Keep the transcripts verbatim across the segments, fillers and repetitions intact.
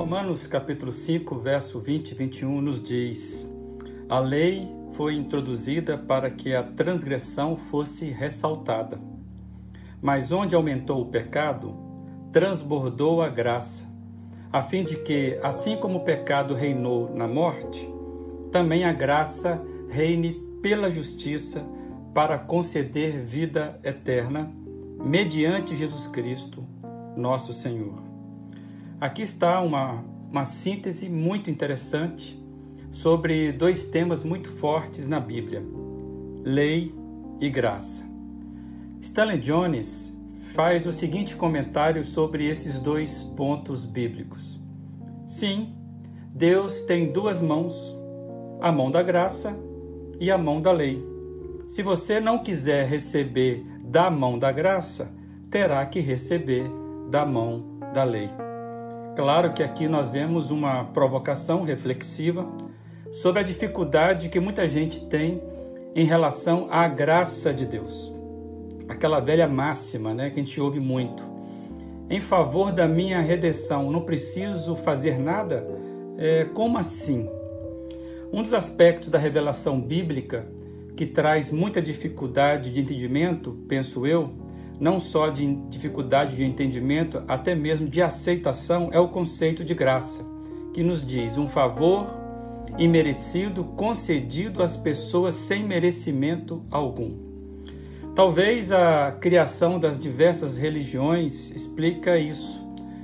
Romanos capítulo cinco, verso vinte e vinte e um nos diz: a lei foi introduzida para que a transgressão fosse ressaltada. Mas onde aumentou o pecado, transbordou a graça, a fim de que, assim como o pecado reinou na morte, também a graça reine pela justiça para conceder vida eterna, mediante Jesus Cristo, nosso Senhor. Aqui está uma, uma síntese muito interessante sobre dois temas muito fortes na Bíblia: lei e graça. Stanley Jones faz o seguinte comentário sobre esses dois pontos bíblicos. Sim, Deus tem duas mãos, a mão da graça e a mão da lei. Se você não quiser receber da mão da graça, terá que receber da mão da lei. Claro que aqui nós vemos uma provocação reflexiva sobre a dificuldade que muita gente tem em relação à graça de Deus. Aquela velha máxima, né, que a gente ouve muito: em favor da minha redenção, não preciso fazer nada? É, como assim? Um dos aspectos da revelação bíblica que traz muita dificuldade de entendimento, penso eu, não só de dificuldade de entendimento, até mesmo de aceitação, é o conceito de graça, que nos diz um favor imerecido concedido às pessoas sem merecimento algum. Talvez a criação das diversas religiões explica isso,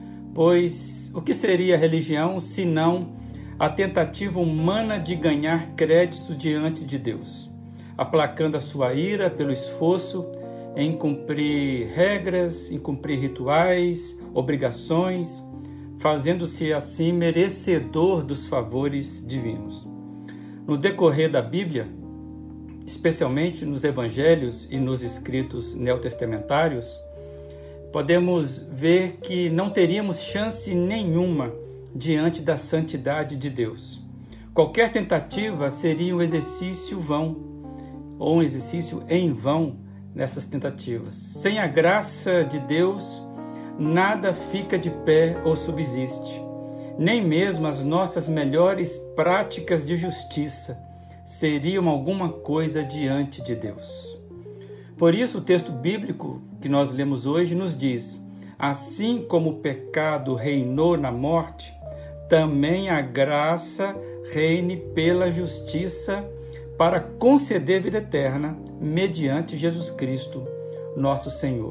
pois o que seria religião se não a tentativa humana de ganhar créditos diante de Deus, aplacando a sua ira pelo esforço em cumprir regras, em cumprir rituais, obrigações, fazendo-se assim merecedor dos favores divinos. No decorrer da Bíblia, especialmente nos evangelhos e nos escritos neotestamentários, podemos ver que não teríamos chance nenhuma diante da santidade de Deus. Qualquer tentativa seria um exercício vão, ou um exercício em vão nessas tentativas. Sem a graça de Deus, nada fica de pé ou subsiste. Nem mesmo as nossas melhores práticas de justiça seriam alguma coisa diante de Deus. Por isso, o texto bíblico que nós lemos hoje nos diz: assim como o pecado reinou na morte, também a graça reine pela justiça para conceder vida eterna mediante Jesus Cristo, nosso Senhor.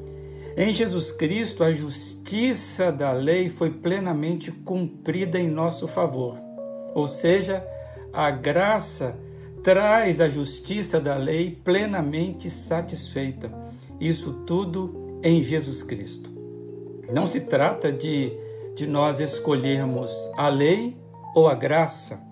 Em Jesus Cristo, a justiça da lei foi plenamente cumprida em nosso favor. Ou seja, a graça traz a justiça da lei plenamente satisfeita. Isso tudo em Jesus Cristo. Não se trata de, de nós escolhermos a lei ou a graça,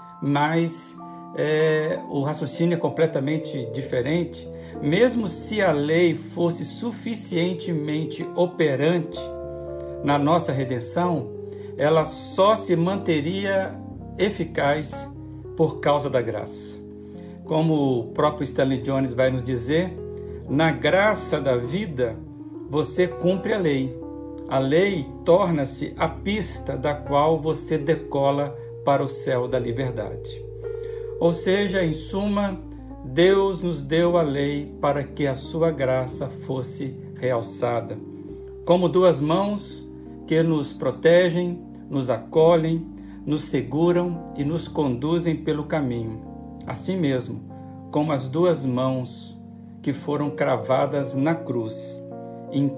mas é, o raciocínio é completamente diferente. Mesmo se a lei fosse suficientemente operante na nossa redenção, ela só se manteria eficaz por causa da graça. Como o próprio Stanley Jones vai nos dizer, na graça da vida, você cumpre a lei. A lei torna-se a pista da qual você decola para o céu da liberdade. Ou seja, em suma, Deus nos deu a lei para que a sua graça fosse realçada, como duas mãos que nos protegem, nos acolhem, nos seguram e nos conduzem pelo caminho. Assim mesmo, como as duas mãos que foram cravadas na cruz,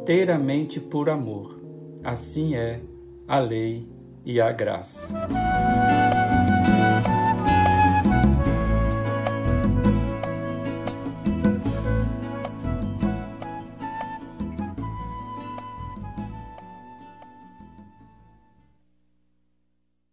inteiramente por amor. Assim é a lei e a graça.